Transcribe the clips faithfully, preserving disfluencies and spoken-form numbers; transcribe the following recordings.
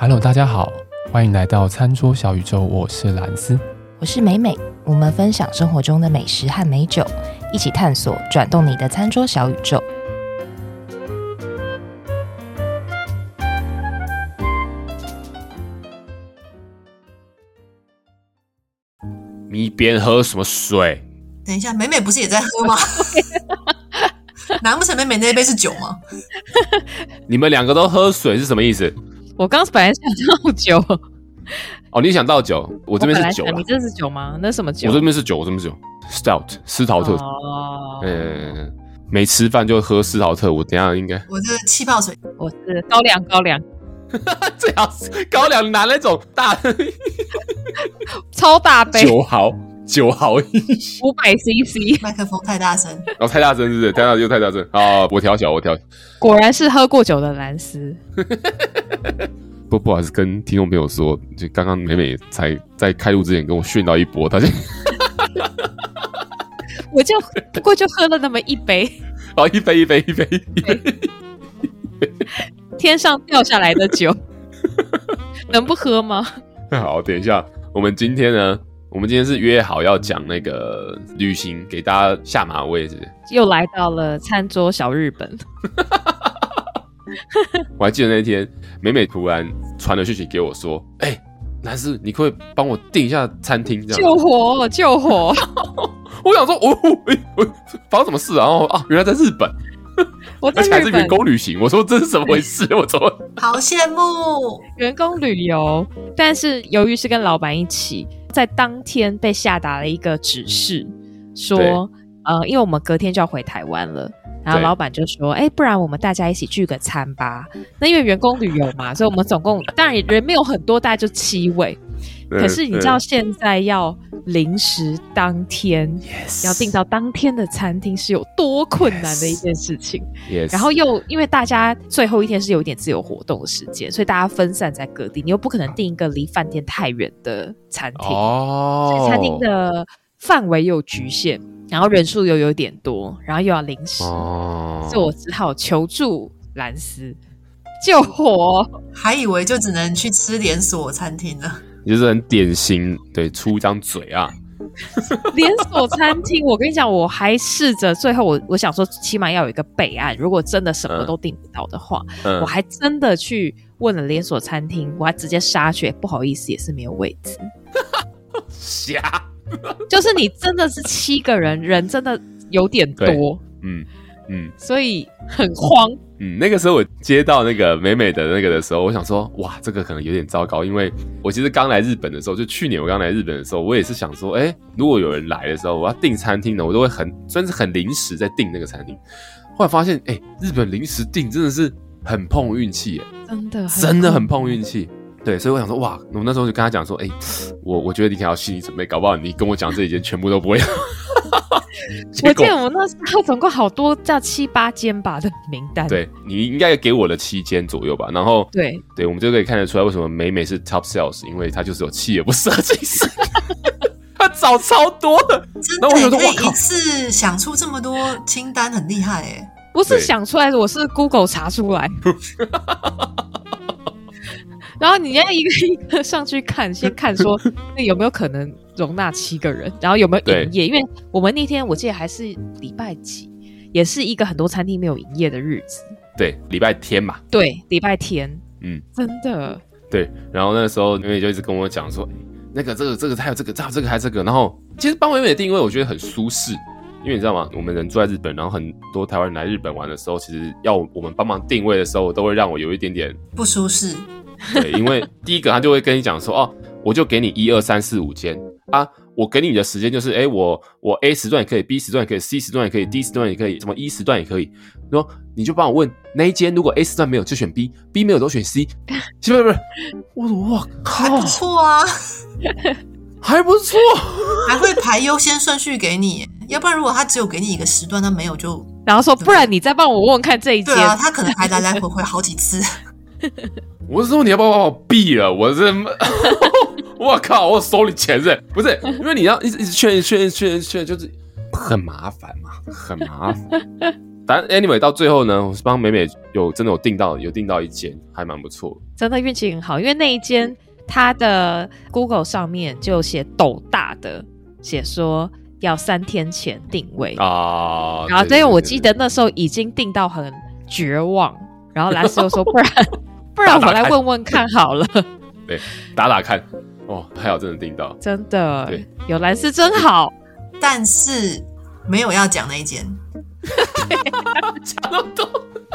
Hello， 大家好，欢迎来到餐桌小宇宙，我是蓝斯， 我是美美，我们分享生活中的美食和美酒，一起探索转动你的餐桌小宇宙。 你边喝什么水？ 等一下，美美不是也在喝吗？难不成美美那杯是酒吗？ 你们两个都喝水是什么意思？ 我刚本来想倒酒。 哦，你想倒酒，我这边是酒啦。 你这是酒吗？那是什么酒？ 我这边是酒，我这边是酒 ，Stout 斯陶特。哦，呃，没吃饭就喝斯陶特，我等一下应该。 我这气泡水， 我是高粱高粱。 最好是高粱拿那种大超大杯九毫九毫五百 C C， 麦克风太大声， 然后、哦、太大声是不是？太大又太大声啊！我调小，我调小。 果然是喝过酒的蓝斯。 不不好意思，跟听众朋友说，就刚刚美美才在开录之前跟我训到一波，大家。 我就不过就喝了那么一杯， 哦，一杯一杯一杯一杯。 天上掉下来的酒，能不喝吗？ 好，等一下，我们今天呢，我们今天是约好要讲那个旅行，给大家下马威，是不是？ 又来到了餐桌小日本。 我还记得那天，美美突然传了讯息给我说：“哎、欸，蓝斯，你可不可以帮我订一下餐厅？这样救火，救火！” 我想说，哦，哎、欸，发生什么事啊？然后啊，原来在日本。 我在日本， 而且还是员工旅行，我说这是怎么回事？我怎么好羡慕员工旅游？但是由于是跟老板一起，在当天被下达了一个指示，说，呃，因为我们隔天就要回台湾了，然后老板就说，哎，不然我们大家一起聚个餐吧。那因为员工旅游嘛，所以我们总共当然人没有很多，大概就七位。可是你知道现在要临时当天、yes. 要订到当天的餐厅是有多困难的一件事情、 yes. 然后又因为大家最后一天是有一点自由活动的时间，所以大家分散在各地，你又不可能订一个离饭店太远的餐厅、oh. 所以餐厅的范围又有局限，然后人数又有点多，然后又要临时、oh. 所以我只好求助蓝斯救火， 还以为就只能去吃连锁餐厅了， 你就是很典型，对，出一张嘴啊。 连锁餐厅，我跟你讲，我还试着最后我我想说，起码要有一个备案，如果真的什么都订不到的话、嗯，我还真的去问了连锁餐厅，我还直接杀去，不好意思，也是没有位置。 瞎， 就是你真的是七个人，人真的有点多， 嗯嗯， 所以很慌。 嗯，那个时候我接到那个美美的那个的时候，我想说，哇，这个可能有点糟糕，因为我其实刚来日本的时候，就去年我刚来日本的时候，我也是想说，哎、欸，如果有人来的时候，我要订餐厅呢，我都会很算是很临时在订那个餐厅。后来发现，哎、欸，日本临时订真的是很碰运气耶， 真的真的很碰运气。对，所以我想说，哇，我那时候就跟他讲说，哎、欸，我我觉得你可能要心理准备，搞不好你跟我讲这一间全部都不会。 我记得我们那时候总共好多叫七八间吧的名单， 对，你应该给我了七间左右吧，然后对对，我们就可以看得出来为什么美美是 top sales， 因为她就是有企业不设计师，她找超多的， 真的可以一次想出这么多清单，很厉害哎！ 不是想出来的，我是 Google 查出来。然后你要一个一个上去看，先看说那有没有可能容纳七个人，然后有没有营业？因为我们那天我记得还是礼拜几，也是一个很多餐厅没有营业的日子。 对，礼拜天嘛。 对，礼拜天。 嗯， 真的。 对，然后那时候美美就一直跟我讲说，那个这个这个还有这个，还有这个还有这个，然后其实帮美美的定位我觉得很舒适。因为你知道吗？我们人住在日本，然后很多台湾人来日本玩的时候，其实要我们帮忙定位的时候，都会让我有一点点不舒适。 对，因为第一个他就会跟你讲说，哦，我就给你一二三四五间啊，我给你的时间就是，哎，我我 A 时段也可以 ，B 时段也可以 ，C 时段也可以 ，D 时段也可以，什么 E 时段也可以。然后你就帮我问那一间，如果 A 时段没有就选 B，B 没有都选 C， 是不是？不是，我说哇靠， 还不错啊， 还不错， 还会排优先顺序给你。要不然如果他只有给你一个时段，他没有就， 然后说不然你再帮我问问看这一间。 对啊，他可能还来来回回好几次。 我是说你要不要把我毙了？我是，我靠，我收你钱是？不是，因为你要一直一直劝劝劝劝，就是很麻烦嘛，很麻烦。 但 anyway 到最后呢，我是帮美美有真的有订到有订到一间，还蛮不错，真的运气很好，因为那一间它的 Google 上面就写斗大的，写说要三天前定位啊，然后所以我记得那时候已经订到很绝望，然后蓝斯又说不然不然我来问问看好了， 对，打打看，哦，还好真的订到， 真的，对，有蓝斯真好， 但是没有要讲那一间， 讲那么多，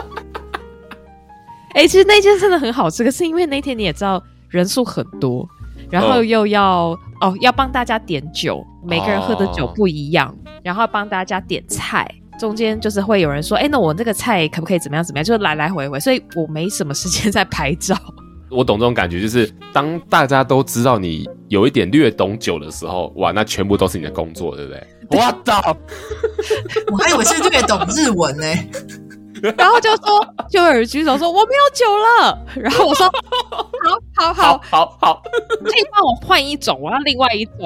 哎、欸，其实那间真的很好吃，可是因为那天你也知道人数很多，然后又要 哦, 哦要帮大家点酒，每个人喝的酒不一样，哦、然后帮大家点菜，中间就是会有人说，哎，那我这个菜可不可以怎么样怎么样，就来来回回，所以我没什么时间在拍照。 我懂这种感觉，就是当大家都知道你有一点略懂酒的时候，哇，那全部都是你的工作，对不对？我操！ 我还以为是略懂日文呢、欸。 然后就说，就有人举手说我没有酒了，然后我说好好好好好， 可以帮我换一种，我要另外一种。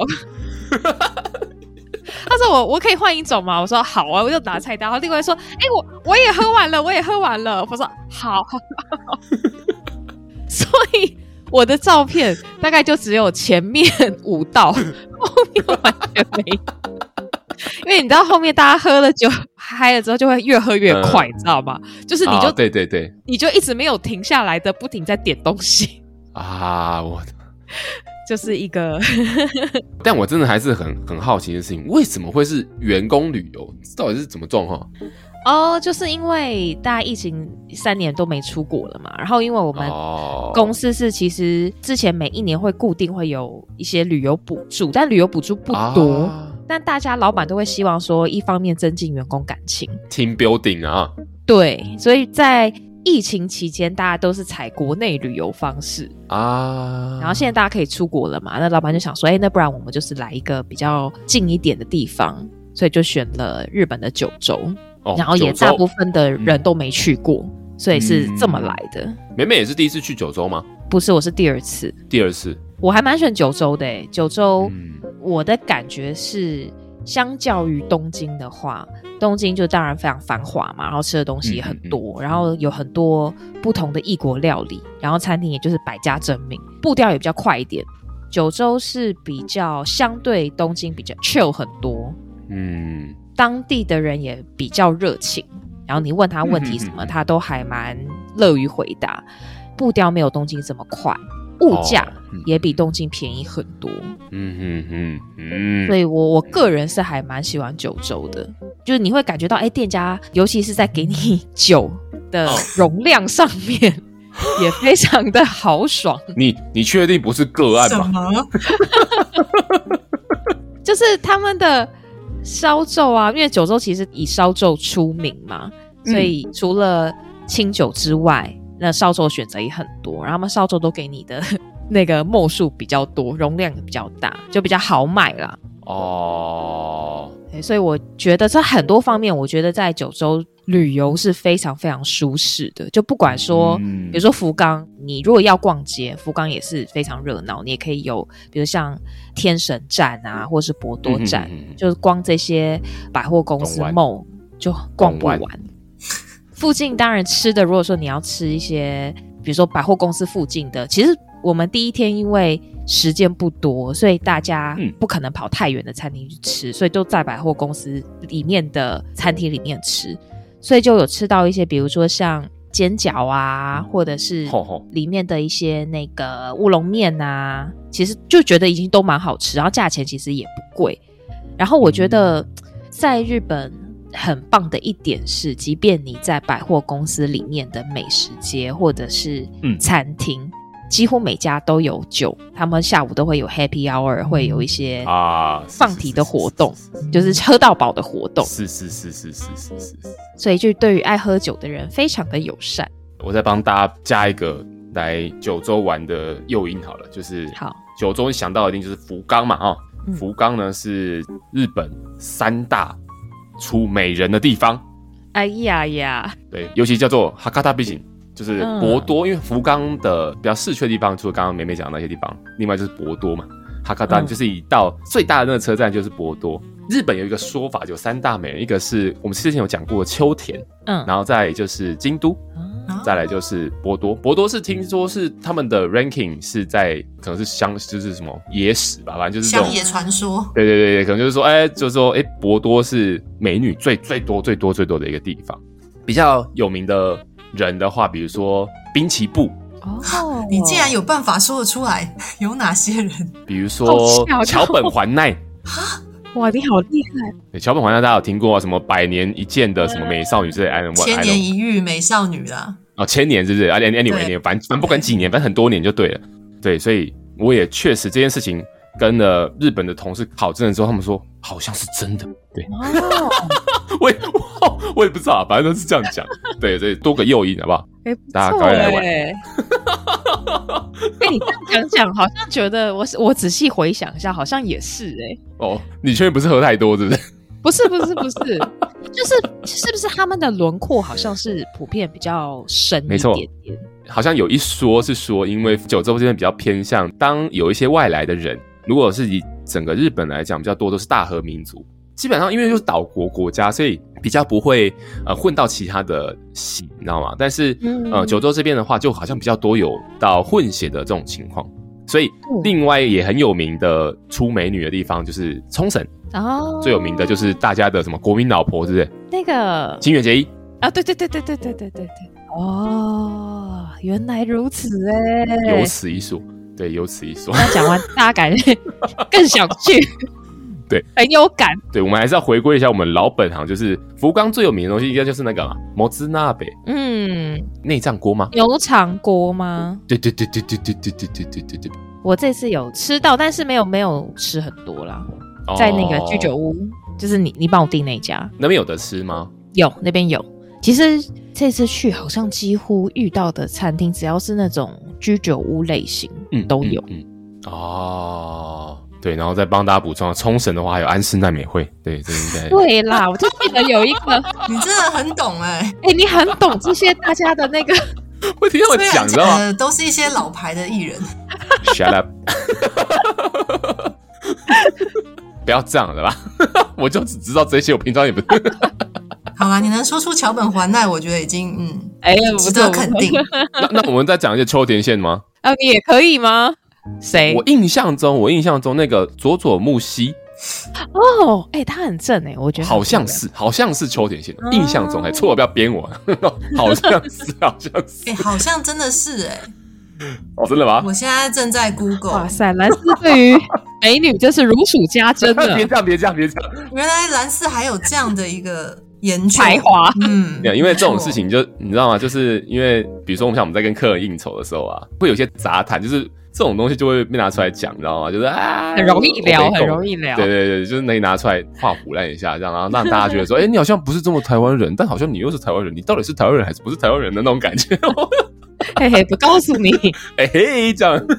他说我我可以换一种吗？我说好啊，我就拿菜单。然后另外说，哎、欸，我我也喝完了，我也喝完了。我说好，好好所以我的照片大概就只有前面五道，后面完全没有。因为你知道后面大家喝了酒嗨了之后就会越喝越快、嗯、你知道吗？就是你就、 啊、对对对， 你就一直没有停下来的不停在点东西啊，我就是一个但我真的还是很很好奇的事情，为什么会是员工旅游？到底是怎么状况？ 哦，就是因为大家疫情三年都没出国了嘛，然后因为我们公司是其实之前每一年会固定会有一些旅游补助，但旅游补助不多、啊，但大家老板都会希望说一方面增进员工感情 team building 啊， 对，所以在疫情期间大家都是采国内旅游方式啊，然后现在大家可以出国了嘛，那老板就想说，哎，那不然我们就是来一个比较近一点的地方，所以就选了日本的九州、哦、然后也大部分的人都没去过、嗯、所以是这么来的、嗯、 美美也是第一次去九州吗？ 不是，我是第二次第二次我还蛮喜欢九州的耶，九州、嗯、我的感觉是相较于东京的话，东京就当然非常繁华嘛，然后吃的东西也很多、嗯嗯、然后有很多不同的异国料理，然后餐厅也就是百家争鸣，步调也比较快一点。九州是比较相对东京比较 chill 很多，嗯，当地的人也比较热情，然后你问他问题什么、嗯、他都还蛮乐于回答，步调没有东京这么快，物价也比东京便宜很多，嗯嗯嗯嗯，所以我我个人是还蛮喜欢九州的，就是你会感觉到，哎，店家尤其是在给你酒的容量上面、哦、也非常的豪爽。 你你确定不是个案吗？什么？ 就是他们的烧酎啊，因为九州其实以烧酎出名嘛，所以除了清酒之外。那烧酎选择也很多，然后他们烧酎都给你的那个末数比较多，容量也比较大，就比较好买啦。哦，所以我觉得在很多方面，我觉得在九州旅游是非常非常舒适的。就不管说，嗯、比如说福冈，你如果要逛街，福冈也是非常热闹，你也可以有，比如像天神站啊，或是博多站，嗯、就是光这些百货公司 mall 就逛不完。附近当然吃的，如果说你要吃一些比如说百货公司附近的，其实我们第一天因为时间不多，所以大家不可能跑太远的餐厅去吃、嗯、所以就在百货公司里面的餐厅里面吃，所以就有吃到一些比如说像煎饺啊，或者是里面的一些那个乌龙面啊，其实就觉得已经都蛮好吃，然后价钱其实也不贵。然后我觉得在日本很棒的一点是，即便你在百货公司里面的美食街或者是餐厅、嗯、几乎每家都有酒，他们下午都会有 happy hour， 会有一些放题的活动、啊、就是喝到饱的活动， 是是是是是是是， 所以就对于爱喝酒的人非常的友善。 我再帮大家加一个来九州玩的诱因好了，就是好九州想到的一定就是福冈嘛、哦嗯、福冈呢是日本三大出美人的地方， 哎呀呀， 对，尤其叫做哈卡塔比景，就是博多、嗯、因为福冈的比较市区的地方除了刚刚美美讲的那些地方，另外就是博多嘛，哈卡塔就是以到最大的那个车站就是博多、嗯、 日本有一个说法，有三大美人，一个是我们之前有讲过的秋田，嗯，然后再来就是京都，嗯，再来就是博多。博多是听说是他们的 ranking 是在可能是乡就是什么野史吧，反正就是这种乡野传说。 对对对，可能就是说，哎，就是说，哎，博多是美女最最多最多最多的一个地方。比较有名的人的话，比如说滨崎步。 哦，你竟然有办法说得出来，有哪些人？ 比如说桥本环奈。 哇，你好厉害！ 对，桥本环奈大家有听过、啊、什么百年一见的什么美少女之类的， 千年一遇美少女啦。 哦，千年是不是？啊 ，anyway， 反正不管几年，反正很多年就对了。对，所以我也确实这件事情跟了日本的同事考证了之后，他们说好像是真的。对，哦、我也我也不知道，反正都是这样讲。对，所以多个诱因好不好？ 哎、欸， 大家赶快来玩。 哎、欸，你这样讲讲，好像觉得我我仔细回想一下，好像也是哎、欸。 哦，你确定不是喝太多，是不是？ 不是，不是，不是，就是是不是他们的轮廓好像是普遍比较深一点点？ 好像有一说是说，因为九州这边比较偏向，当有一些外来的人，如果是以整个日本来讲，比较多都是大和民族。基本上因为就是岛国国家，所以比较不会呃混到其他的系，你知道吗？但是呃九州这边的话，就好像比较多有到混血的这种情况。所以另外也很有名的出美女的地方就是冲绳，哦，最有名的就是大家的什么国民老婆，是不是？ 那个清原结衣啊，对对对对对对对对对，哦，原来如此哎， 有此一说，对，有此一说。 那讲完，大家感觉更想去。 对， 很有感。 对，我们还是要回归一下我们老本行，就是福冈最有名的东西，应该就是那个嘛，摩兹纳北，嗯，内脏锅吗？ 牛肠锅吗？ 对对对对对对对对对对对对。 我这次有吃到，但是没有没有吃很多啦，哦、在那个居酒屋，就是你你帮我订那一家， 那边有得吃吗？ 有，那边有。其实这次去好像几乎遇到的餐厅，只要是那种居酒屋类型，嗯，都有。嗯， 嗯哦。对，然后再帮大家补充，冲绳的话还有安室奈美惠，对，这应该对啦，我就记得有一个， 你真的很懂哎、欸， 哎、欸，你很懂这些大家的那个， 我听他们讲，你知道吗？ 都是一些老牌的艺人。 Shut up！ 不要这样了吧，我就只知道这些，我平常也不。 好啦，你能说出桥本环奈，我觉得已经嗯， 哎、欸， 值得肯定。 那那我们再讲一些秋田县吗？ 啊，你也可以吗？谁？ 我印象中，我印象中那个佐佐木希， 哦，哎、欸，他很正哎、欸，我觉得好像是，好像是秋田县，哦、印象中还错了，不要编我，好像是，好像是， 哎、欸，好像真的是哎、 欸，哦，真的吗？ 我现在正在 Google， 哇塞，兰斯对于美女真是如数家珍的， 别这样，别这样，别这样， 原来兰斯还有这样的一个研究才华， 嗯，因为这种事情就你知道吗？就是因为比如说我们像我们在跟客人应酬的时候啊，会有些杂谈，就是这种东西就会被拿出来讲，你知道吗？就是啊， 很容易聊，很容易聊。 对对对，就是可以拿出来画唬烂一下，这样，然后让大家觉得说，哎、欸，你好像不是这么台湾人，但好像你又是台湾人，你到底是台湾人还是不是台湾人的那种感觉？ 嘿嘿，不告诉你， 哎、欸、嘿，这样。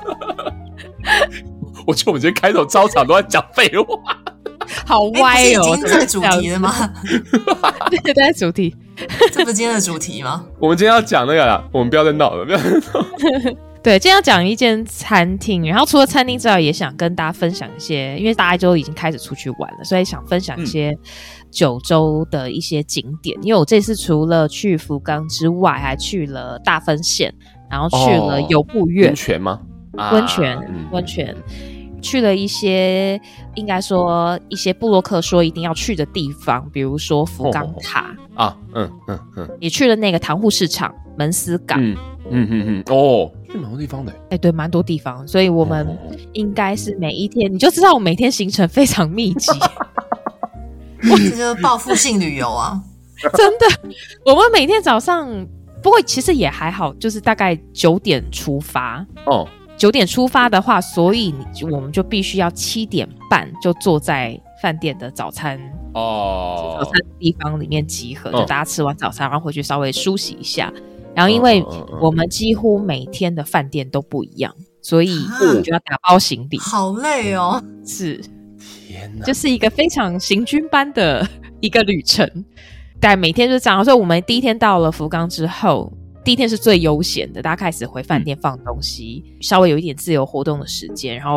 我觉得我们今天开头招场都在讲废话。 好歪哦！ 欸、已经在主题了吗？ 对，在主题， 这不是今天的主题吗？ 我们今天要讲那个啦，我们不要再闹了，不要再闹。 对，今天要讲一间餐厅，然后除了餐厅之外，也想跟大家分享一些，因为大家都已经开始出去玩了，所以想分享一些九州的一些景点。嗯、因为我这次除了去福冈之外，还去了大分县，然后去了游步院、 哦、温泉吗？ 温泉，嗯、温泉。去了一些应该说一些部落客说一定要去的地方，比如说福冈塔、 哦、啊，嗯嗯嗯， 也去了那个塘户市场、门司港， 嗯嗯嗯嗯，哦，去蛮多地方的， 哎、欸，对，蛮多地方，所以我们应该是每一天，你就知道我每天行程非常密集， 这就是报复性旅游啊， 真的，我们每天早上，不过其实也还好，就是大概九点出发哦。九点出发的话，所以我们就必须要七点半就坐在饭店的早餐哦早餐地方里面集合，哦、就大家吃完早餐，然后回去稍微梳洗一下。然后因为我们几乎每天的饭店都不一样，所以我们就要打包行李， 好累哦。 是， 天哪， 就是一个非常行军般的一个旅程。但每天就这样，所以我们第一天到了福冈之后。第一天是最悠闲的，大家开始回饭店放东西、嗯、稍微有一点自由活动的时间，然后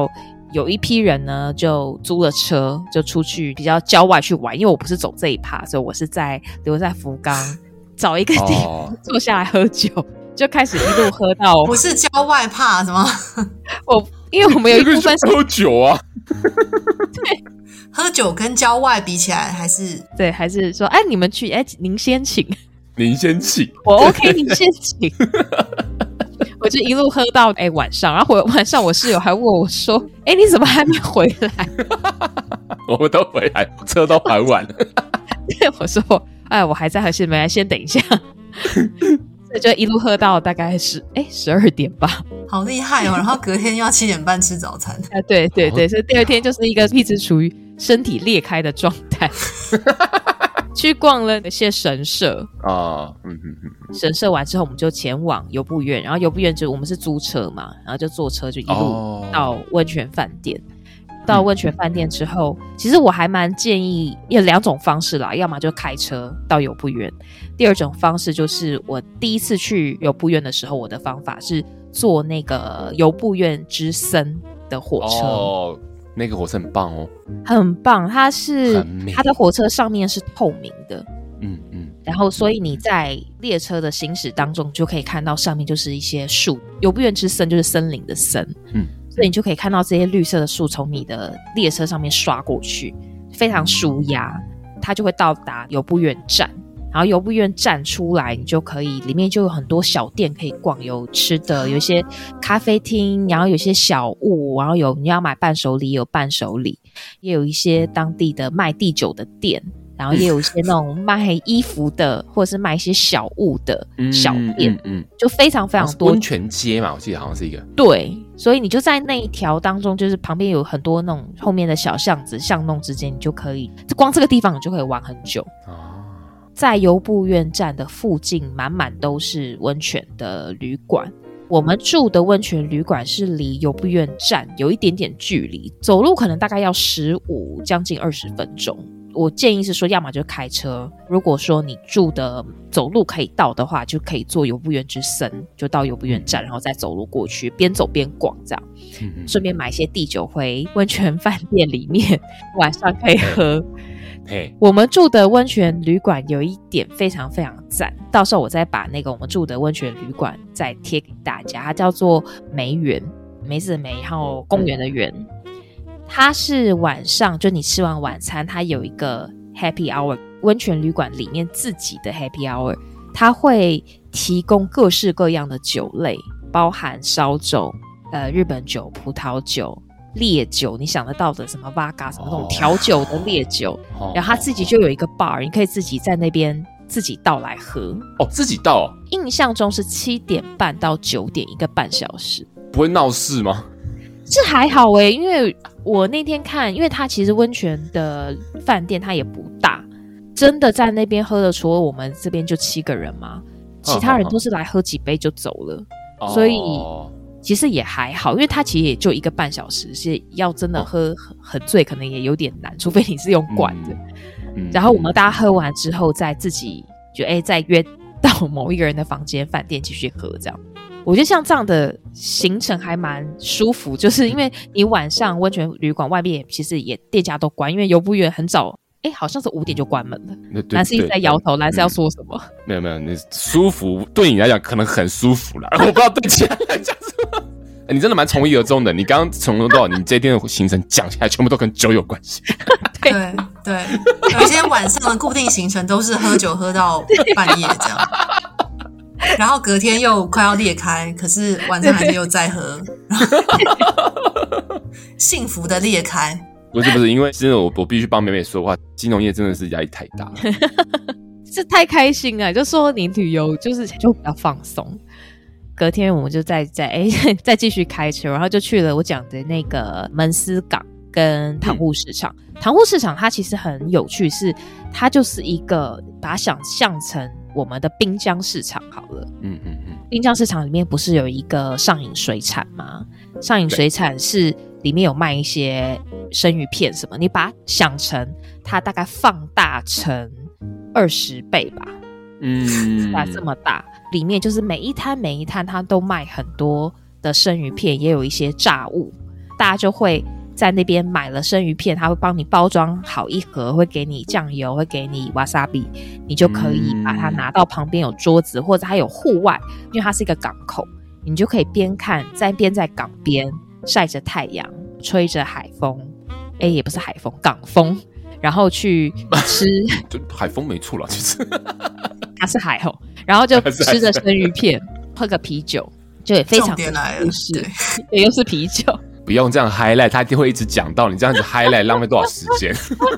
有一批人呢就租了车，就出去比较郊外去玩，因为我不是走这一趴，所以我是在留在福冈找一个地方坐下来喝酒，就开始一路喝到不是郊外怕什么我因为我们有一部分是喝酒啊对， 喝酒跟郊外比起来还是对，还是说哎你们去，哎您先请， 您先请， 我 OK 您先请我就一路喝到哎晚上，然后回晚上我室友还问我说哎你怎么还没回来我们都回来，车都还完了我说哎我还在喝，先没来，先等一下所以就一路喝到大概是哎十二点吧， 好厉害哦！然后隔天要七点半吃早餐啊对对对，所以第二天就是一个一直处于身体裂开的状态去逛了一些神社啊，嗯嗯嗯， 神社完之后我们就前往游步院，然后游步院就我们是租车嘛，然后就坐车就一路到温泉饭店、哦、到温泉饭店之后、嗯、其实我还蛮建议有两种方式啦，要么就开车到游步院，第二种方式就是我第一次去游步院的时候，我的方法是坐那个游步院之森的火车哦，那个火车很棒哦， 很棒，它是它的火车上面是透明的， 嗯嗯， 然后所以你在列车的行驶当中就可以看到上面就是一些树，游步院之森就是森林的森，嗯，所以你就可以看到这些绿色的树从你的列车上面刷过去，非常舒压，它就会到达游步院站，然后游步院站出来你就可以里面就有很多小店可以逛，有吃的，有一些咖啡厅，然后有一些小物，然后有你要买伴手礼有伴手礼，也有一些当地的卖地酒的店，然后也有一些那种卖衣服的或者是卖一些小物的小店，嗯嗯嗯、就非常非常多。 温泉街嘛，我记得好像是一个。 对，所以你就在那一条当中，就是旁边有很多那种后面的小巷子巷弄之间，你就可以光这个地方你就可以玩很久。哦，在游步院站的附近满满都是温泉的旅馆，我们住的温泉旅馆是离游步院站有一点点距离，走路可能大概要十五将近二十分钟。我建议是说要么就开车，如果说你住的走路可以到的话，就可以坐游步院之森，就到游步院站然后再走路过去，边走边逛这样，嗯、顺便买一些地酒回温泉饭店里面晚上可以喝。 Hey. 我们住的温泉旅馆有一点非常非常赞，到时候我再把那个我们住的温泉旅馆再贴给大家，它叫做梅园，梅子的梅，然后公园的园。它是晚上就你吃完晚餐，它有一个 happy hour， 温泉旅馆里面自己的 happy hour， 它会提供各式各样的酒类，包含烧酒、呃日本酒、葡萄酒、烈酒，你想得到的什么 vodka 什么那种调酒的烈酒、哦、然后他自己就有一个 bar， 你可以自己在那边自己倒来喝。 哦，自己倒哦？ 印象中是七点半到九点，一个半小时。 不会闹事吗？ 是还好耶，因为我那天看，因为它其实温泉的饭店它也不大，真的在那边喝的除了我们这边就七个人嘛，其他人都是来喝几杯就走了、哦、所以其实也还好，因为它其实也就一个半小时，是要真的喝很醉可能也有点难，除非你是用灌的、嗯嗯、然后我们大家喝完之后再自己就哎再约到某一个人的房间饭店继续喝这样。我觉得像这样的行程还蛮舒服，就是因为你晚上温泉旅馆外面其实也店家都关，因为游步院很早哎，好像是五点就关门了。蓝斯一直在摇头，蓝斯要说什么、嗯？ 没有没有，你舒服对你来讲可能很舒服啦，我不知道对其他人讲什么。你真的蛮从一而终的，你刚刚从头到尾，你这天的行程讲起来全部都跟酒有关系。 对对，有一些晚上的固定行程都是喝酒喝到半夜这样。然后隔天又快要裂开，可是晚上还是又再喝，幸福的裂开。 不是不是，因为真的我我必须帮妹妹说话，金融业真的是压力太大， 是太开心了，就说你旅游就是就比较放松。隔天我们就再再哎再继续开车，然后就去了我讲的那个门司港跟塘户市场。嗯、塘户市场它其实很有趣，是它就是一个把它想象成我们的滨江市场好了。嗯嗯嗯。滨江市场里面不是有一个上引水产吗？上引水产是里面有卖一些生鱼片什么，你把它想成它大概放大成二十倍吧。嗯，大这么大，里面就是每一摊每一摊它都卖很多的生鱼片，也有一些炸物，大家就会在那边买了生鱼片，他会帮你包装好一盒，会给你酱油，会给你 wasabi， 你就可以把它拿到旁边有桌子，或者它有户外，因为它是一个港口，你就可以边看在边在港边晒着太阳，吹着海风，哎，也不是海风，港风，然后去吃就海风没错啦，其实它是海吼，然后就吃着生鱼片，喝个啤酒，就也非常重点来了， 对，也又是啤酒。 不用这样 highlight， 他一定会一直讲到，你这样子 highlight 浪费多少时间？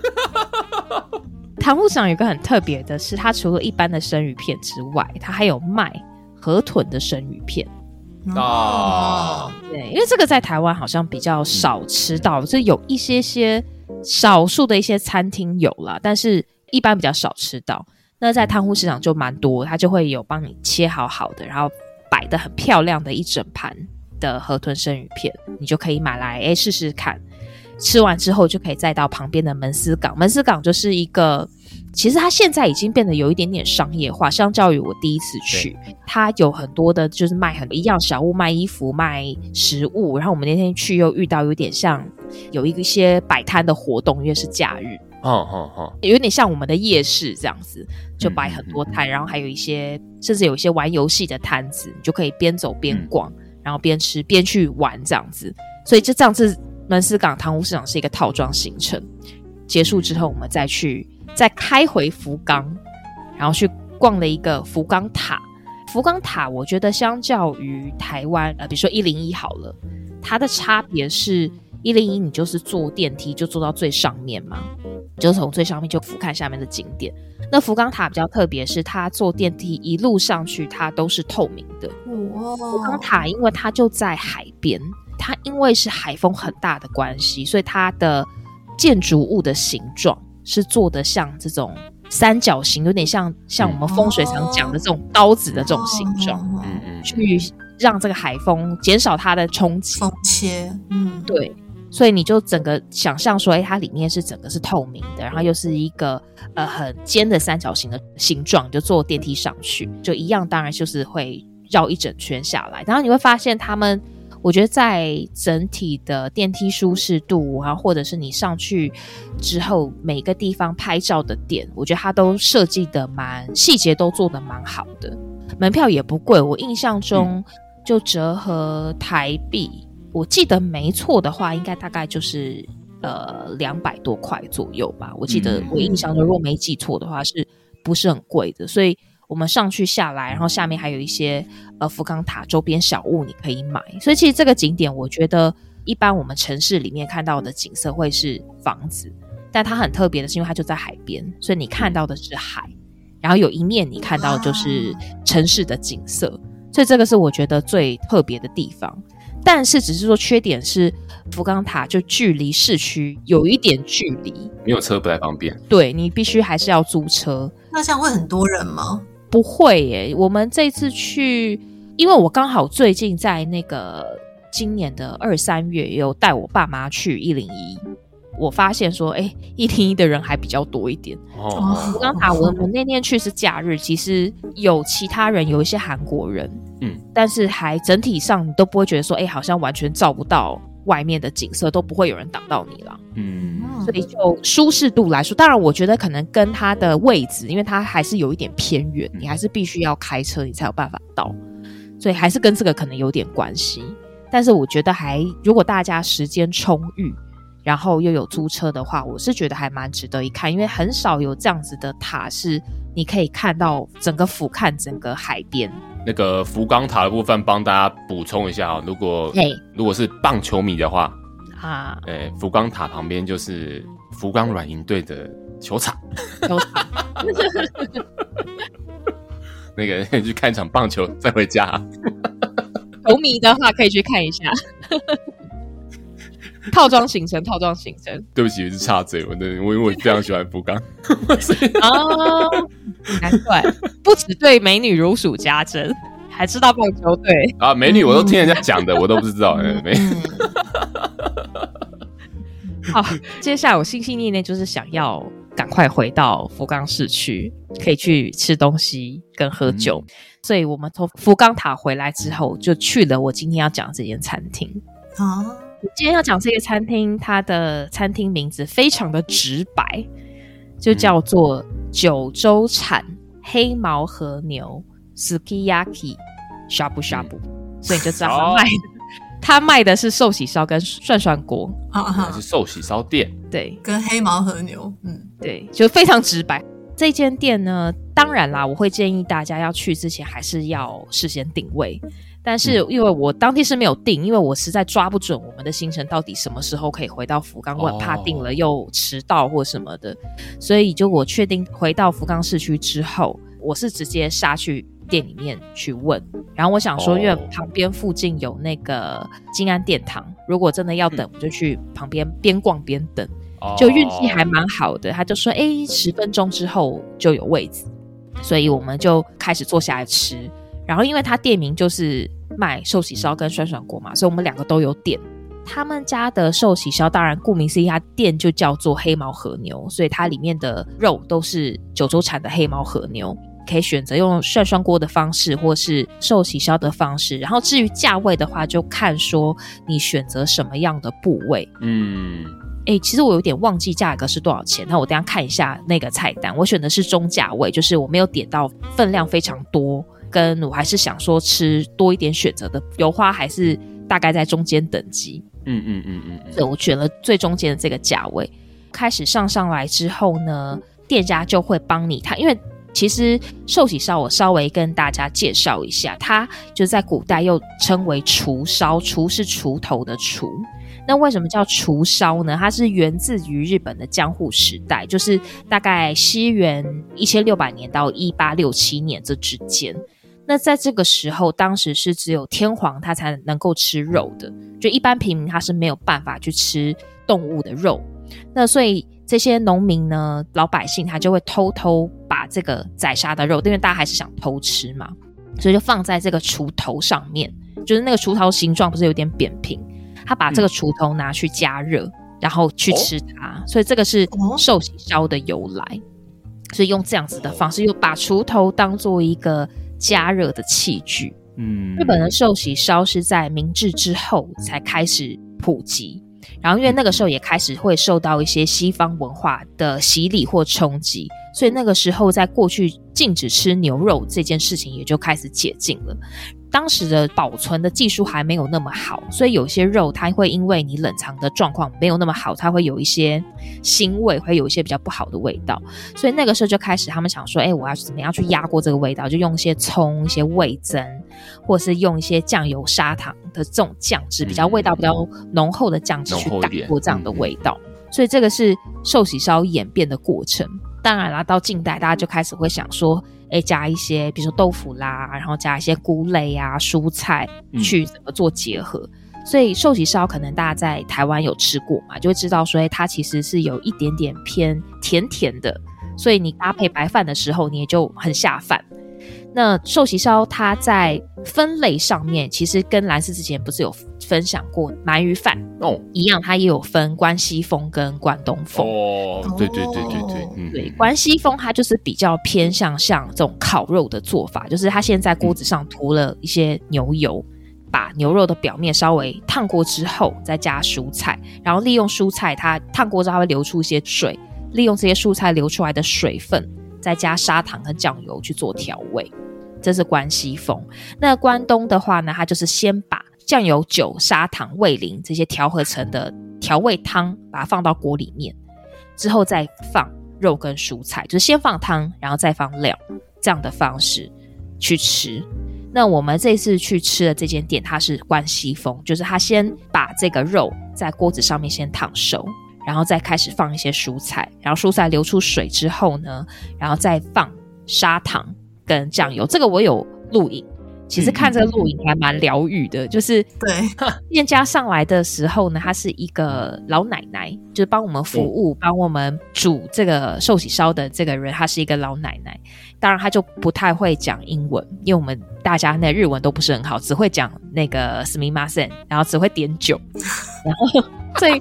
塘户市场有个很特别的是，它除了一般的生鱼片之外，它还有卖河豚的生鱼片。 哦， 对，因为这个在台湾好像比较少吃到，是有一些些少数的一些餐厅有啦，但是一般比较少吃到。那在塘户市场就蛮多，它就会有帮你切好好的，然后摆得很漂亮的一整盘的河豚生鱼片，你就可以买来诶试试看。吃完之后就可以再到旁边的门司港，门司港就是一个，其实它现在已经变得有一点点商业化，相较于我第一次去，它有很多的就是卖很多一样小物，卖衣服卖食物，然后我们那天去又遇到有点像有一些摆摊的活动，因为是假日， 哦哦哦， 有点像我们的夜市这样子，就摆很多摊，然后还有一些甚至有一些玩游戏的摊子，你就可以边走边逛，嗯，然后边吃边去玩这样子，所以就这样子门司港塘户市场是一个套装行程。结束之后我们再去再开回福冈，然后去逛了一个福冈塔。福冈塔我觉得相较于台湾呃，比如说一零一好了，它的差别是一零一你就是坐电梯就坐到最上面嘛，就从最上面就俯瞰下面的景点。那福冈塔比较特别是它坐电梯一路上去它都是透明的。 哇， 福冈塔因为它就在海边，它因为是海风很大的关系，所以它的建筑物的形状是做的像这种三角形，有点像像我们风水常讲的这种刀子的这种形状，嗯嗯，去让这个海风减少它的冲击， 风切，嗯， 对，所以你就整个想象说，哎，它里面是整个是透明的，然后又是一个呃很尖的三角形的形状，你就坐电梯上去，就一样，当然就是会绕一整圈下来，然后你会发现他们。我觉得在整体的电梯舒适度，然后或者是你上去之后每个地方拍照的点，我觉得它都设计的蛮细节，都做的蛮好的。门票也不贵，我印象中就折合台币，嗯、我记得没错的话，应该大概就是呃两百多块左右吧。我记得我印象中，如果没记错的话，是不是很贵的？所以。我们上去下来，然后下面还有一些呃福冈塔周边小物你可以买，所以其实这个景点我觉得一般我们城市里面看到的景色会是房子，但它很特别的是因为它就在海边，所以你看到的是海，然后有一面你看到的就是城市的景色，所以这个是我觉得最特别的地方。但是只是说缺点是福冈塔就距离市区有一点距离， 没有车不太方便， 对，你必须还是要租车。 那这样会很多人吗？ 不会耶，我们这次去，因为我刚好最近在那个今年的二三月有带我爸妈去一零一，我发现说，哎，一零一的人还比较多一点。哦，福冈塔我们那天去是假日，其实有其他人，有一些韩国人，嗯，但是还整体上你都不会觉得说，哎，好像完全照不到外面的景色，都不会有人挡到你了。嗯，所以就舒适度来说，当然我觉得可能跟它的位置，因为它还是有一点偏远，你还是必须要开车你才有办法到，所以还是跟这个可能有点关系。但是我觉得还如果大家时间充裕，然后又有租车的话，我是觉得还蛮值得一看，因为很少有这样子的塔是你可以看到整个俯瞰整个海边。 那个福冈塔的部分帮大家补充一下，如果如果是棒球迷的话啊，对，福冈塔旁边就是福冈软银队的球场，球场那个去看一场棒球再回家。 球迷的话可以去看一下。套装行程，套装行程。 对不起，是插嘴，我的我因为我非常喜欢福冈。 哦，难怪，不只对美女如数家珍，还知道棒球队啊，美女我都听人家讲的，我都不知道。嗯、没。 好，接下来我心心念念就是想要赶快回到福冈市区，可以去吃东西跟喝酒。嗯、所以我们从福冈塔回来之后，就去了我今天要讲的这间餐厅。啊， 我今天要讲这个餐厅，它的餐厅名字非常的直白，就叫做九州产黑毛和牛 Sukiyaki Shabu Shabu，、嗯、所以你就知道他卖的、哦、他卖的是寿喜烧跟涮涮锅， 那是寿喜烧店， 对， 跟黑毛和牛，嗯， 对，就非常直白。这间店呢，当然啦，我会建议大家要去之前还是要事先定位，但是因为我当天是没有定，因为我实在抓不准我们的行程到底什么时候可以回到福冈，我很怕定了又迟到或什么的，所以就我确定回到福冈市区之后，我是直接下去店里面去问，然后我想说因为旁边附近有那个金安殿堂，如果真的要等我就去旁边边逛边等，就运气还蛮好的，他就说诶十分钟之后就有位置，所以我们就开始坐下来吃，然后因为他店名就是卖寿喜烧跟涮涮锅嘛，所以我们两个都有点。他们家的寿喜烧当然顾名思义，他店就叫做黑毛和牛，所以它里面的肉都是九州产的黑毛和牛，可以选择用涮涮锅的方式或是寿喜烧的方式，然后至于价位的话就看说你选择什么样的部位。嗯，欸，其实我有点忘记价格是多少钱，那我等一下看一下那个菜单，我选的是中价位，就是我没有点到分量非常多，跟我还是想说吃多一点选择的油花还是大概在中间等级。嗯嗯嗯嗯，所以我选了最中间的这个价位。开始上上来之后呢，店家就会帮你，他因为其实寿喜烧我稍微跟大家介绍一下，它就在古代又称为厨烧，厨是锄头的锄。那为什么叫厨烧呢？它是源自于日本的江户时代，就是大概西元一千六百年到一八六七年这之间。那在这个时候，当时是只有天皇他才能够吃肉的，就一般平民他是没有办法去吃动物的肉。那所以这些农民呢，老百姓他就会偷偷把这个宰杀的肉，因为大家还是想偷吃嘛，所以就放在这个锄头上面，就是那个锄头形状不是有点扁平，他把这个锄头拿去加热、嗯、然后去吃它、哦、所以这个是寿喜烧的由来，所以用这样子的方式又把锄头当做一个加热的器具。嗯，日本的寿喜烧是在明治之后才开始普及，然后因为那个时候也开始会受到一些西方文化的洗礼或冲击，所以那个时候在过去禁止吃牛肉这件事情也就开始解禁了。当时的保存的技术还没有那么好，所以有些肉它会因为你冷藏的状况没有那么好，它会有一些腥味，会有一些比较不好的味道，所以那个时候就开始他们想说，哎，我要怎么样去压过这个味道，就用一些葱、一些味噌，或是用一些酱油、砂糖的这种酱汁，比较味道比较浓厚的酱汁去打过这样的味道，所以这个是寿喜烧演变的过程。当然啦，到近代大家就开始会想说，诶，加一些比如说豆腐啦，然后加一些菇类啊、蔬菜去怎么做结合、嗯、所以寿喜烧可能大家在台湾有吃过嘛，就会知道说它其实是有一点点偏甜甜的，所以你搭配白饭的时候你也就很下饭。那寿喜烧它在分类上面其实跟蓝斯之前不是有分享过鳗鱼饭、哦、一样，它也有分关西风跟关东风。哦， 对对对对对、嗯、 对，关西风它就是比较偏向像这种烤肉的做法，就是它先在锅子上涂了一些牛油、嗯、把牛肉的表面稍微烫过之后再加蔬菜，然后利用蔬菜它烫过之后它会流出一些水，利用这些蔬菜流出来的水分再加砂糖和酱油去做调味，这是关西风。那关东的话呢，它就是先把酱油、酒、砂糖、味淋这些调和成的调味汤把它放到锅里面，之后再放肉跟蔬菜，就是先放汤然后再放料，这样的方式去吃。那我们这次去吃的这间店它是关西风，就是它先把这个肉在锅子上面先烫熟，然后再开始放一些蔬菜，然后蔬菜流出水之后呢，然后再放砂糖跟酱油。这个我有录影，其实看这个录影还蛮疗愈的，就是对店家上来的时候呢，她是一个老奶奶，就是帮我们服务、帮我们煮这个寿喜烧的这个人，她是一个老奶奶。当然她就不太会讲英文，因为我们大家那日文都不是很好，只会讲那个すみません，然后只会点酒，然后所以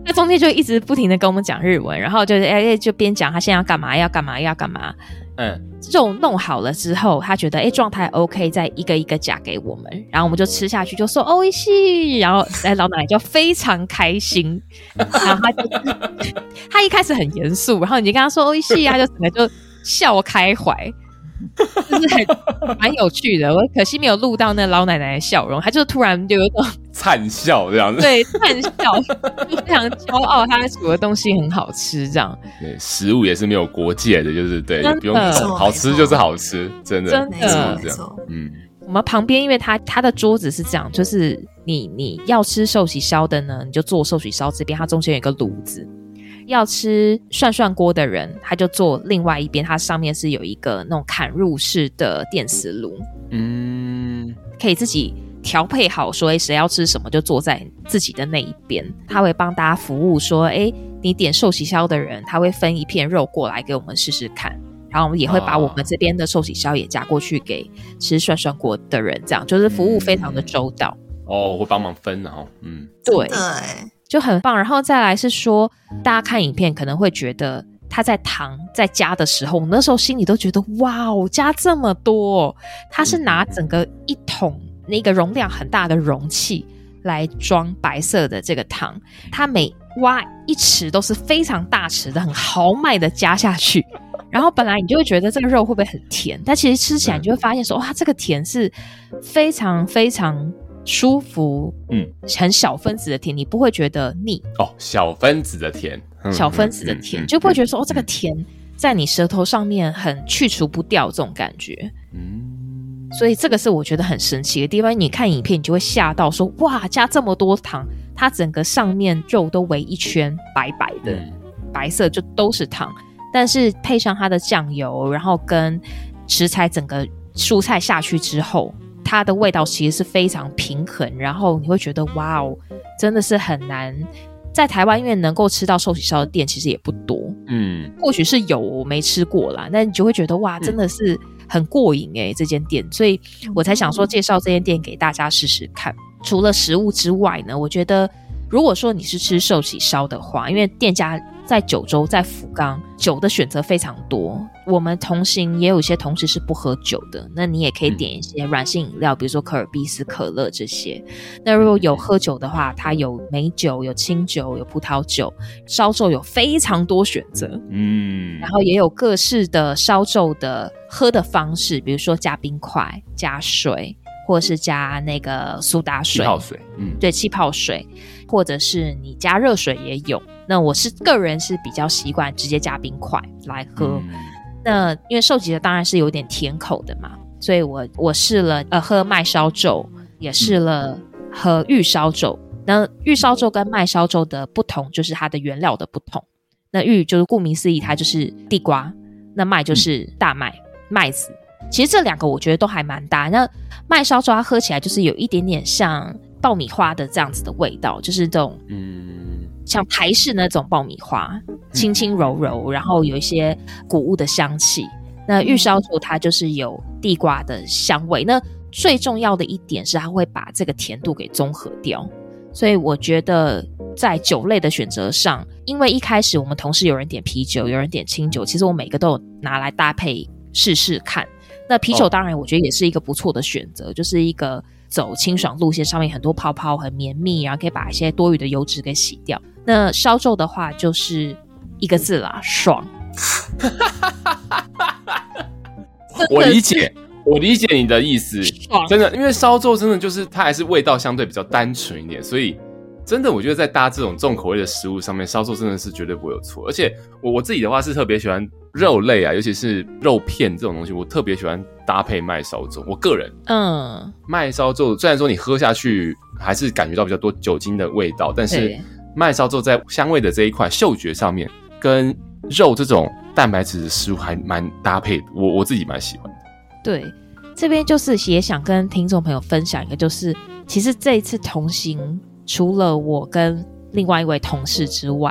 他中间就一直不停的跟我们讲日文，然后就哎就边讲他现在要干嘛要干嘛要干嘛。嗯，肉弄好了之后，他觉得哎状态 OK， 再一个一个夹给我们，然后我们就吃下去，就说哦一西，然后哎老奶奶就非常开心，然后他就他一开始很严肃，然后你就跟他说哦一西，他就整个就笑开怀。就是很蛮有趣的，我可惜没有录到那老奶奶的笑容，她就突然就有一种灿笑这样子， 对，灿笑，就非常骄傲，她煮的东西很好吃，这样。 对，食物也是没有国界的，就是对，不用好吃就是好吃，真的， 真的这样。嗯， 我们旁边，因为他他的桌子是这样，就是你你要吃寿喜烧的呢，你就坐寿喜烧这边，它中间有一个炉子。要吃涮涮锅的人，他就坐另外一边，它上面是有一个那种砍入式的电磁炉，嗯，可以自己调配好说，哎，谁要吃什么就坐在自己的那一边。他会帮大家服务说，哎，你点寿喜烧的人，他会分一片肉过来给我们试试看，然后我们也会把我们这边的寿喜烧也夹过去给吃涮涮锅的人，这样就是服务非常的周到。 哦，会帮忙分哦，嗯， 对对。 就很棒。然后再来是说，大家看影片可能会觉得他在糖在加的时候，那时候心里都觉得哇哦，加这么多，他是拿整个一桶那个容量很大的容器来装白色的这个糖，他每挖一匙都是非常大匙的很豪迈的加下去，然后本来你就会觉得这个肉会不会很甜，但其实吃起来你就会发现说哇，这个甜是非常非常舒服，嗯，很小分子的甜，你不会觉得腻哦。小分子的甜， 嗯、小分子的甜，嗯、就不会觉得说、嗯、哦，这个甜在你舌头上面很去除不掉这种感觉。嗯，所以这个是我觉得很神奇的地方。你看影片，你就会吓到说哇，加这么多糖，它整个上面肉都围一圈白白的，嗯、白色就都是糖，但是配上它的酱油，然后跟食材整个蔬菜下去之后。它的味道其实是非常平衡，然后你会觉得哇哦，真的是很难在台湾，因为能够吃到寿喜烧的店其实也不多，嗯，或许是有我没吃过啦，但你就会觉得哇，真的是很过瘾耶、欸、这间店，所以我才想说介绍这间店给大家试试看。除了食物之外呢，我觉得如果说你是吃寿喜烧的话，因为店家在九州在福冈，酒的选择非常多，我们同行也有一些同事是不喝酒的，那你也可以点一些软性饮料，比如说可尔必斯可乐这些。那如果有喝酒的话，它有美酒，有清酒，有葡萄酒，烧酎有非常多选择，嗯，然后也有各式的烧酎的喝的方式，比如说加冰块、加水，或者是加那个苏打水、气泡水，嗯， 对，气泡水，或者是你加热水也有。那我是个人是比较习惯直接加冰块来喝。嗯、那因为寿喜的当然是有点甜口的嘛，所以我我试了呃喝麦烧酎，也试了喝玉烧酎。那玉烧酎跟麦烧酎的不同就是它的原料的不同。那玉就是顾名思义，它就是地瓜，那麦就是大麦、嗯、麦子。其实这两个我觉得都还蛮搭。那麦烧酎它喝起来就是有一点点像爆米花的这样子的味道，就是这种嗯，像台式那种爆米花，轻轻柔柔，然后有一些谷物的香气。那玉烧酎它就是有地瓜的香味。那最重要的一点是它会把这个甜度给综合掉。所以我觉得在酒类的选择上，因为一开始我们同事有人点啤酒，有人点清酒，其实我每个都有拿来搭配试试看。那啤酒当然我觉得也是一个不错的选择，哦、就是一个走清爽路线，上面很多泡泡很绵密，然后可以把一些多余的油脂给洗掉。那烧酎的话就是一个字啦，爽。 我理解我理解你的意思，真的，因为烧酎真的就是它还是味道相对比较单纯一点，所以真的我觉得在搭这种重口味的食物上面，烧酎真的是绝对不会有错。而且我我自己的话是特别喜欢肉类啊，尤其是肉片这种东西，我特别喜欢搭配麦烧酎。我个人，嗯，麦烧酎虽然说你喝下去还是感觉到比较多酒精的味道，但是麦烧酎在香味的这一块嗅觉上面，跟肉这种蛋白质的食物还蛮搭配的，我我自己蛮喜欢的。 对，这边就是也想跟听众朋友分享一个，就是其实这一次同行，除了我跟另外一位同事之外，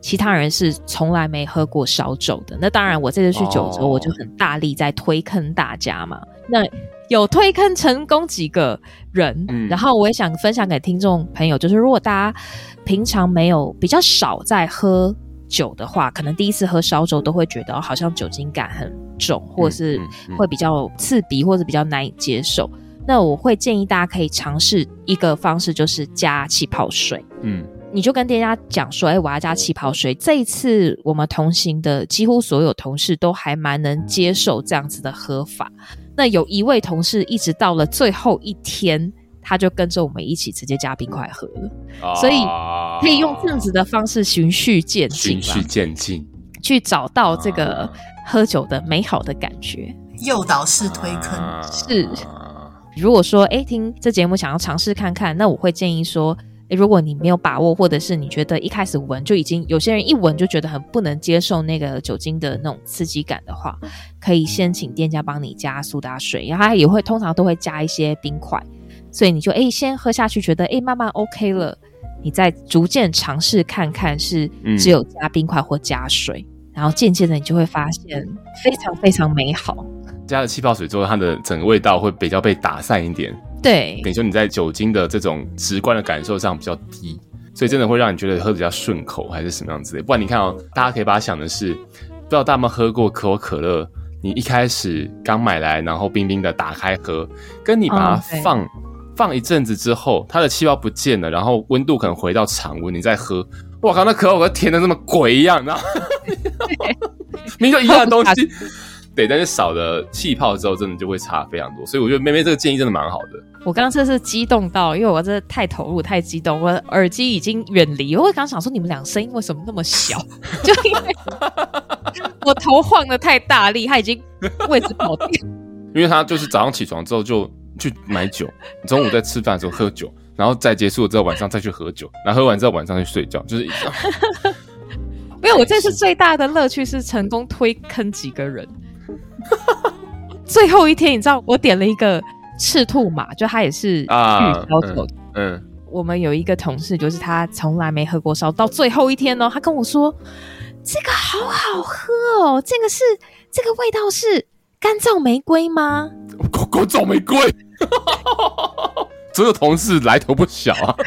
其他人是从来没喝过烧酒的。那当然我这次去九州、哦、我就很大力在推坑大家嘛，那有推坑成功几个人、嗯、然后我也想分享给听众朋友，就是如果大家平常没有比较少在喝酒的话，可能第一次喝烧酒都会觉得好像酒精感很重，或是会比较刺鼻，或者比较难以接受。那我会建议大家可以尝试一个方式，就是加气泡水。嗯，你就跟店家讲说，哎，我要加气泡水。这一次我们同行的几乎所有同事都还蛮能接受这样子的喝法。那有一位同事一直到了最后一天，他就跟着我们一起直接加冰块喝了、啊、所以可以用这样子的方式循序渐进，循序渐进去找到这个喝酒的美好的感觉， 诱导式推坑、啊、 是。如果说诶听这节目想要尝试看看，那我会建议说诶如果你没有把握，或者是你觉得一开始闻就已经有些人一闻就觉得很不能接受那个酒精的那种刺激感的话，可以先请店家帮你加苏打水，然后他也会通常都会加一些冰块，所以你就诶先喝下去觉得诶慢慢 OK 了，你再逐渐尝试看看是只有加冰块或加水、嗯、然后渐渐的你就会发现非常非常美好。 加了气泡水之后，它的整个味道会比较被打散一点， 对， 等于说你在酒精的这种直观的感受上比较低，所以真的会让你觉得喝得比较顺口，还是什么样子的。不然你看哦，大家可以把它想的是，不知道大家有没有喝过可口可乐，你一开始刚买来然后冰冰的打开喝，跟你把它放、哦、放一阵子之后，它的气泡不见了，然后温度可能回到常温，你再喝，哇靠，那可口可乐甜的那么鬼一样，然后明明就一样的东西对，但是少了气泡之后真的就会差非常多，所以我觉得妹妹这个建议真的蛮好的。 我刚刚真的是激动到，因为我真的太投入太激动，我的耳机已经远离，我刚刚想说你们俩声音为什么那么小，就因为我头晃得太大力，他已经位置跑掉。 因为他就是早上起床之后就去买酒，中午在吃饭的时候喝酒，然后再结束了之后晚上再去喝酒，然后喝完之后晚上去睡觉，就是没有，我这次最大的乐趣是成功推坑几个人。最后一天你知道我点了一个赤兔马，就他也是预烧酒、啊嗯嗯、我们有一个同事就是他从来没喝过烧，到最后一天呢他跟我说这个好好喝哦，这个是这个味道是干燥玫瑰吗？ 干燥玫瑰所有同事来头不小啊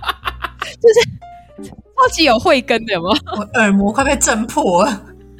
就是超级有慧根的有没有？ 我耳膜快被震破了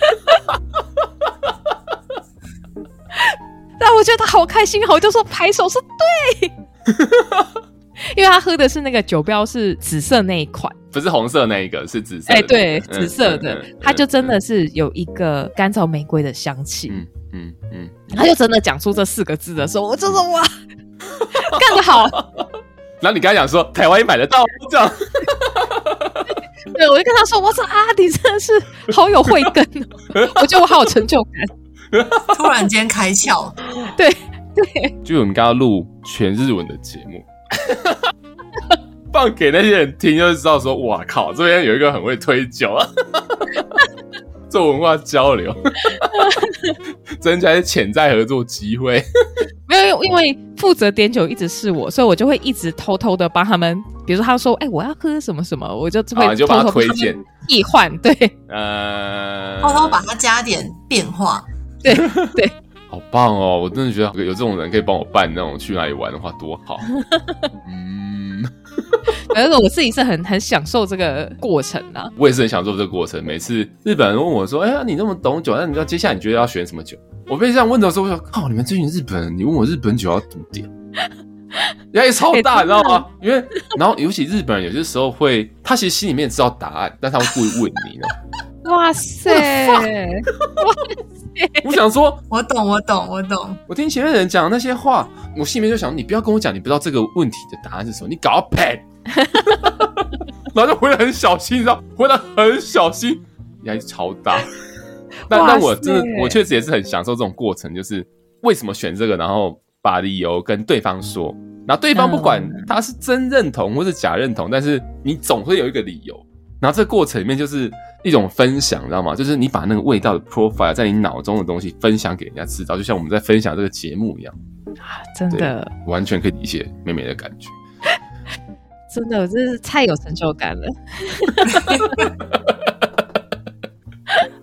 但我觉得好开心，我就说拍手说对因为他喝的是那个酒标是紫色那一款， 不是红色那一个，是紫色的、 欸、对、嗯、紫色的、嗯、他就真的是有一个干燥玫瑰的香气，嗯嗯嗯，他就真的讲出这四个字的时候我就说哇干得好然后你刚才讲说台湾也买得到这样对，我就跟他说我说啊你真的是好有慧根我觉得我好有成就感突然间开窍对对， 就我们刚刚录全日文的节目放给那些人听就知道说哇靠这边有一个很会推酒啊做文化交流增加一些潜在合作机会没有，因为负责点酒一直是我，所以我就会一直偷偷的帮他们，比如说他说哎、欸、我要喝什么什么，我就会偷偷帮他们替换，对， 呃，偷偷把它加点变化， 对对， 好棒哦！我真的觉得有这种人可以帮我办那种去哪里玩的话多好。嗯， 反正我自己是很很享受这个过程啊。 我也是很享受这个过程。每次日本人问我说：“哎呀，你那么懂酒，那你知道接下来你觉得要选什么酒？”我被这样问的时候，我想靠，你们这群日本人，你问我日本酒要怎么点？压力超大，你知道吗？因为然后尤其日本人有些时候会，他其实心里面知道答案，但他会故意问你呢。 哇塞！哇塞！ 我想说， 我懂，我懂，我懂。 我听前面的人讲那些话，我心里面就想，你不要跟我讲，你不知道这个问题的答案是什么，你搞到骗，然后就回来很小心，你知道，回来很小心，压力超大。但但我真的，我确实也是很享受这种过程，就是为什么选这个，然后把理由跟对方说，然后对方不管他是真认同或是假认同，但是你总会有一个理由。然后这个过程里面就是一种分享，你知道吗？就是你把那个味道的 profile 在你脑中的东西分享给人家知道，就像我们在分享这个节目一样。 啊，真的， 完全可以理解妹妹的感觉。 真的，我真是太有成就感了。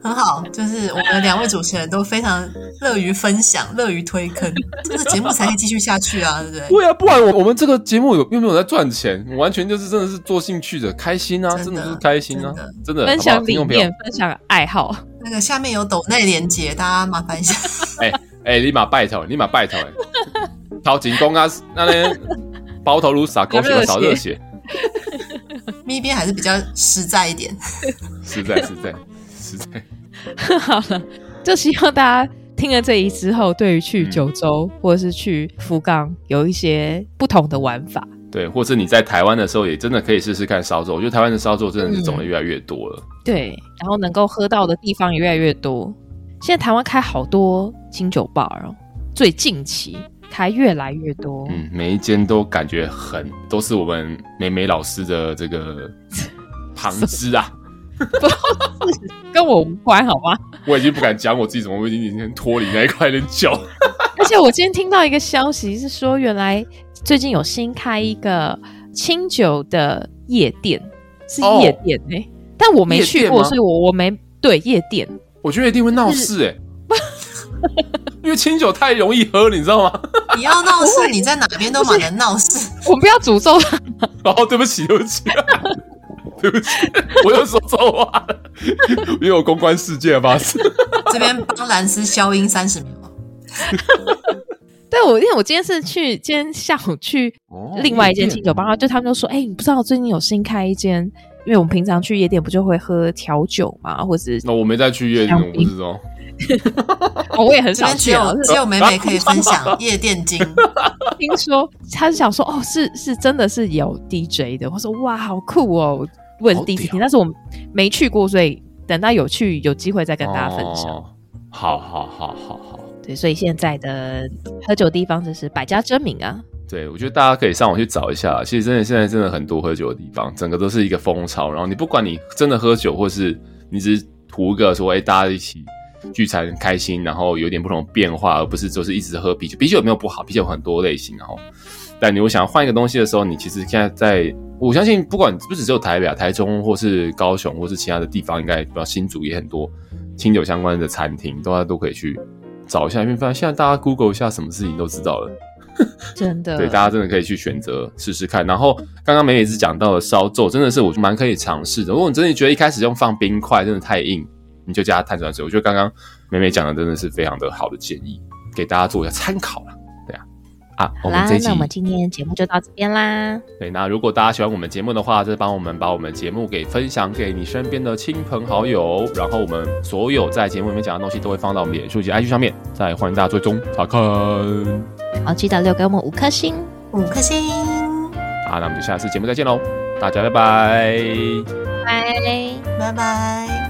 很好，就是我们两位主持人都非常乐于分享，乐于推坑，这个节目才可以继续下去啊，对不对？ 对啊，不然我我们这个节目有又没有在赚钱，完全就是真的是做兴趣的，开心啊，真的就是开心啊，真的分享理念，分享爱好。 那个下面有抖内连结，大家麻烦一下。 哎哎、欸，立马拜托，立马拜托，哎，掏金工啊，那边包头颅洒狗血，少热血。 咪边还是比较实在一点， 实在实在实在。 好了，就希望大家听了这一之后，对于去九州、嗯、或者是去福冈有一些不同的玩法。 对，或者你在台湾的时候，也真的可以试试看烧粥。我觉得台湾的烧粥真的是种类越来越多了、嗯。 对，然后能够喝到的地方也越来越多。现在台湾开好多清酒吧哦，最近期开越来越多。 嗯，每一间都感觉很都是我们美美老师的这个旁支啊。 不是跟我无关好吗？ 我已经不敢讲我自己怎么，我已经已经脱离那一块很久。 而且我今天听到一个消息是说，原来最近有新开一个清酒的夜店，是夜店哎、欸哦，但我没去过，所以我我没对夜店。 我觉得一定会闹事哎、欸，因为清酒太容易喝了，你知道吗？ 你要闹事，你在哪边都蛮能闹事。 我们不要诅咒他。 哦，对不起，对不起。对不起，我又说错话了，因为有公关事件发生。 这边帮蓝斯消音三十秒。 对，我因为我今天是去，今天下午去另外一间清酒吧，然后就他们就说，哎、欸，你不知道最近有新开一间，因为我们平常去夜店不就会喝调酒嘛，或是那、哦、我没再去夜店，我不知道。 哦、我也很少去， 只有只有美美可以分享夜店经。 听说他是想说，哦，是是真的是有 D J 的，我说哇，好酷哦。我也是第一次听，但是我没去过，所以等到有去有机会再跟大家分享。 哦、好好好好好， 对，所以现在的喝酒地方真是百家争鸣啊。 对，我觉得大家可以上网去找一下，其实真的现在真的很多喝酒的地方，整个都是一个风潮。然后你不管你真的喝酒，或是你只是图个说，哎、欸，大家一起聚餐很开心，然后有点不同的变化，而不是就是一直喝啤酒。啤酒有没有不好？啤酒有很多类型，然后。但你如果想要换一个东西的时候，你其实现在在，我相信不管不只只有台北、啊、台中或是高雄或是其他的地方，应该比较新竹也很多清酒相关的餐厅，大家都可以去找一下，因为发现现在大家 Google 一下，什么事情都知道了。 真的， 对，大家真的可以去选择试试看。然后刚刚美美是讲到的烧粥，真的是我蛮可以尝试的。如果你真的觉得一开始用放冰块真的太硬，你就加碳酸水。我觉得刚刚美美讲的真的是非常的好的建议，给大家做一下参考啦。啊， 好啦，那我们今天节目就到这边啦。 对，那如果大家喜欢我们节目的话，就帮我们把我们节目给分享给你身边的亲朋好友，然后我们所有在节目里面讲的东西都会放到我们脸书及 I G 上面，再欢迎大家追踪查看。 好，记得留给我们五颗星， 五颗星。 好，那我们就下次节目再见喽，大家拜拜， 拜拜拜。